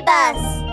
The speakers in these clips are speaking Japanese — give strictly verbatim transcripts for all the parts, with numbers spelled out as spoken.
ーバス。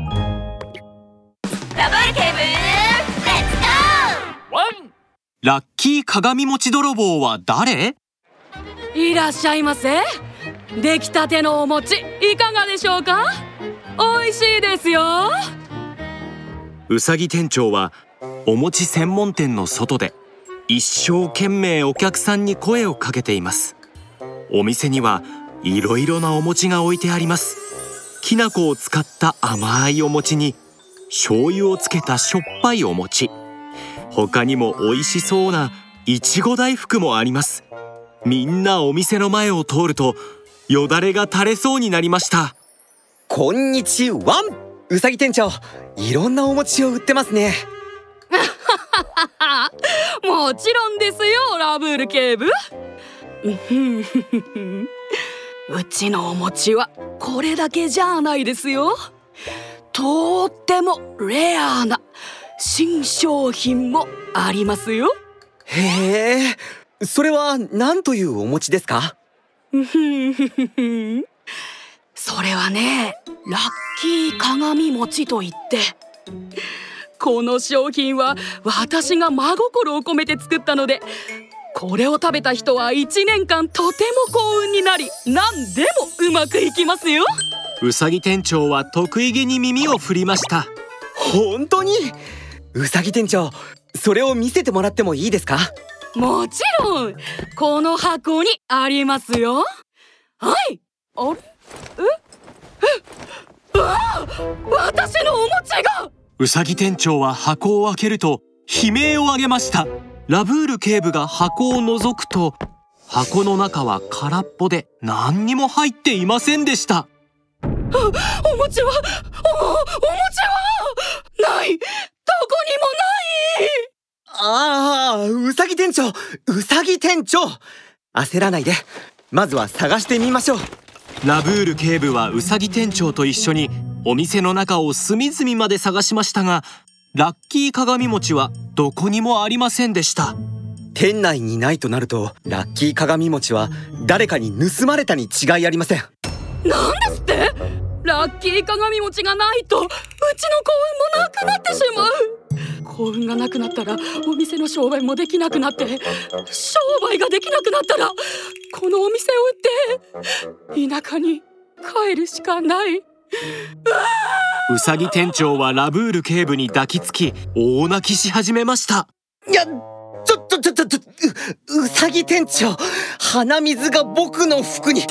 ラブール警部、レッツゴー。 ワン。ラッキー鏡餅泥棒は誰？ いらっしゃいませ。出来たてのお餅いかがでしょうか？美味しいですよ。 うさぎ店長はお餅専門店の外で一生懸命お客さんに声をかけています。お店にはいろいろなお餅が置いてあります。きな粉を使った甘いお餅に醤油をつけたしょっぱいお餅、他にも美味しそうないちご大福もあります。みんなお店の前を通るとよだれが垂れそうになりました。 こんにちは。うさぎ店長、いろんなお餅を売ってますね。 もちろんですよ、ラブール警部。うちのお餅はこれだけじゃないですよ。とってもレアな新商品もありますよ。 へえ、それは何というお餅ですか？ それはね、ラッキー鏡餅といって、この商品は私が真心を込めて作ったので、これを食べた人はいちねんかんとても幸運になり、何でもうまくいきますよ。 うさぎ店長は得意げに耳を振りました。 本当に？うさぎ店長、それを見せてもらってもいいですか？ もちろん、この箱にありますよ。はい。あれ？え？え？うわあ！私のお餅が！ うさぎ店長は箱を開けると悲鳴を上げました。ラブール警部が箱を覗くと、箱の中は空っぽで何にも入っていませんでした。 お餅は、お、お餅はない。どこにもない。 ああ、うさぎ店長、うさぎ店長、焦らないで。まずは探してみましょう。 ラブール警部はうさぎ店長と一緒にお店の中を隅々まで探しましたが、ラッキー鏡餅はどこにもありませんでした。 店内にないとなると、ラッキー鏡餅は誰かに盗まれたに違いありません。 なんですって？ラッキー鏡餅がないと、うちの幸運もなくなってしまう。幸運がなくなったらお店の商売もできなくなって、商売ができなくなったらこのお店を売って田舎に帰るしかない。ううさぎ店長はラブール警部に抱きつき大泣きし始めました。 いや、ちょっとちょっとちょっと う, うさぎ店長、鼻水が僕の服に。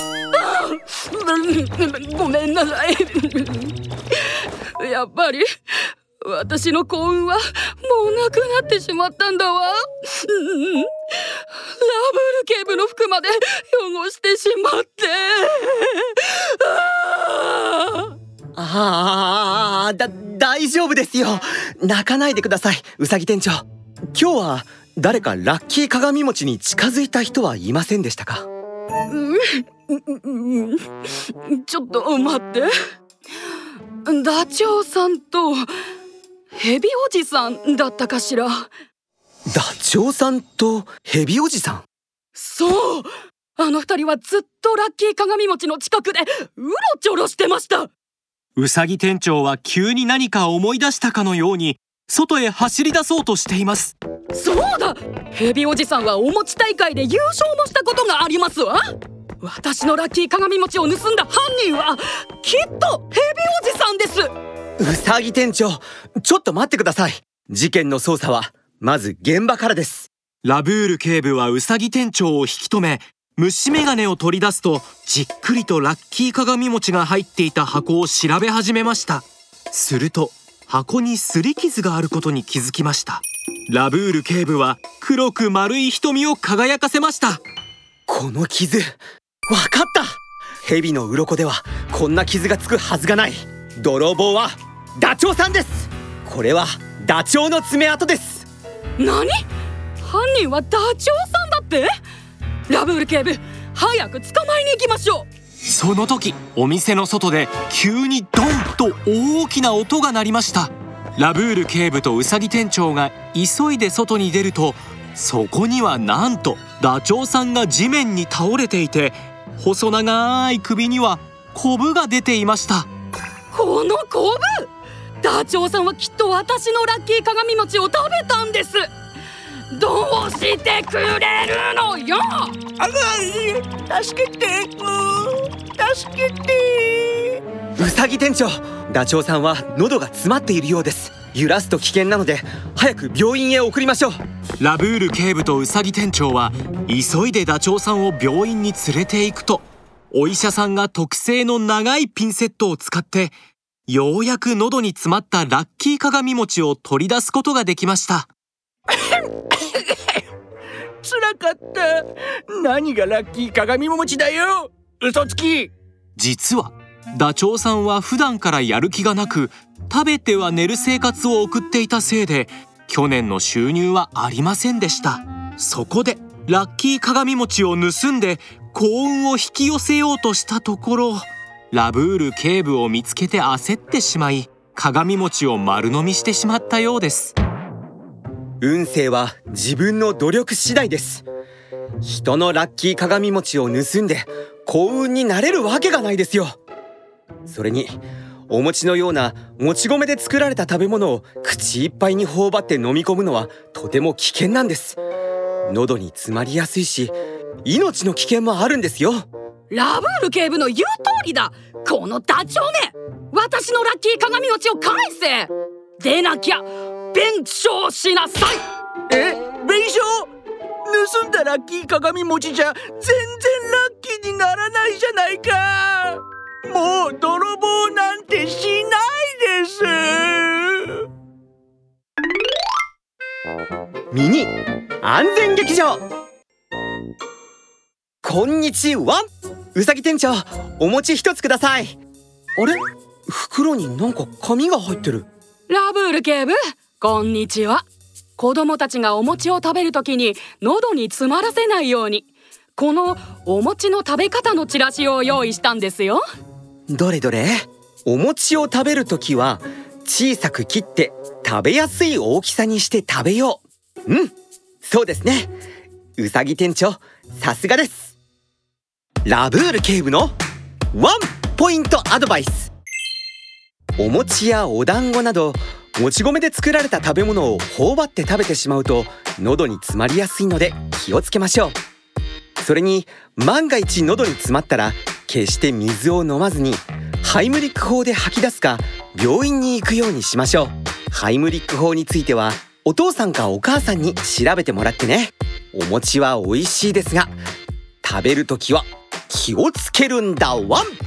ごめんなさい。やっぱり私の幸運はもうなくなってしまったんだわ。ラブール警部の服まで汚してしまって。 ああ、だ、大丈夫ですよ。泣かないでください、うさぎ店長。今日は誰かラッキー鏡餅に近づいた人はいませんでしたか？ ちょっと待って。ダチョウさんとヘビおじさんだったかしら。 ダチョウさんとヘビおじさん？ そう、あの二人はずっとラッキー鏡餅の近くでうろちょろしてました。 うさぎ店長は急に何か思い出したかのように外へ走り出そうとしています。 そうだ、ヘビおじさんはお餅大会で優勝もしたことがありますわ。私のラッキー鏡餅を盗んだ犯人はきっとヘビおじさんです。 うさぎ店長、ちょっと待ってください。事件の捜査はまず現場からです。 ラブール警部はうさぎ店長を引き止め、虫眼鏡を取り出すとじっくりとラッキー鏡餅が入っていた箱を調べ始めました。すると箱に擦り傷があることに気づきました。ラブール警部は黒く丸い瞳を輝かせました。 この傷、わかった。蛇の鱗ではこんな傷がつくはずがない。泥棒はダチョウさんです。これはダチョウの爪痕です。 何？犯人はダチョウさんだって？ラブール警部、早く捕まえに行きましょう。 その時、お店の外で急にドンと大きな音が鳴りました。ラブール警部とウサギ店長が急いで外に出ると、そこにはなんとダチョウさんが地面に倒れていて、細長い首にはコブが出ていました。 このコブ、ダチョウさんはきっと私のラッキー鏡餅を食べたんです。どうしてくれるのよ。 あら、助けて、助けて。 うさぎ店長、ダチョウさんは喉が詰まっているようです。揺らすと危険なので早く病院へ送りましょう。 ラブール警部とうさぎ店長は急いでダチョウさんを病院に連れて行くと、お医者さんが特製の長いピンセットを使ってようやく喉に詰まったラッキー鏡餅を取り出すことができました。 つらかった。何がラッキー鏡餅だよ、嘘つき。 実はダチョウさんは普段からやる気がなく、食べては寝る生活を送っていたせいで去年の収入はありませんでした。そこでラッキー鏡餅を盗んで幸運を引き寄せようとしたところ、ラブール警部を見つけて焦ってしまい、鏡餅を丸飲みしてしまったようです。 運勢は自分の努力次第です。人のラッキー鏡餅を盗んで幸運になれるわけがないですよ。それにお餅のようなもち米で作られた食べ物を口いっぱいに頬張って飲み込むのはとても危険なんです。喉に詰まりやすいし、命の危険もあるんですよ。 ラブール警部の言う通りだ。このダチョウめ、私のラッキー鏡餅を返せ。でなきゃ弁償しなさい。 え、弁償？盗んだラッキー鏡餅じゃ全然ラッキーにならないじゃないか。もう泥棒なんてしないです。 ミニ安全劇場。こんにちは。うさぎ店長、お餅一つください。あれ、袋になんか紙が入ってる。 ラブール警部、こんにちは。子供たちがお餅を食べるときに喉に詰まらせないように、このお餅の食べ方のチラシを用意したんですよ。 どれどれ。お餅を食べるときは小さく切って食べやすい大きさにして食べよう。うん、そうですね。うさぎ店長、さすがです。ラブール警部のワンポイントアドバイス。お餅やお団子などもち米で作られた食べ物を頬張って食べてしまうと喉に詰まりやすいので気をつけましょう。それに万が一喉に詰まったら決して水を飲まずにハイムリック法で吐き出すか病院に行くようにしましょう。ハイムリック法についてはお父さんかお母さんに調べてもらってね。お餅は美味しいですが食べるときは気をつけるんだワン。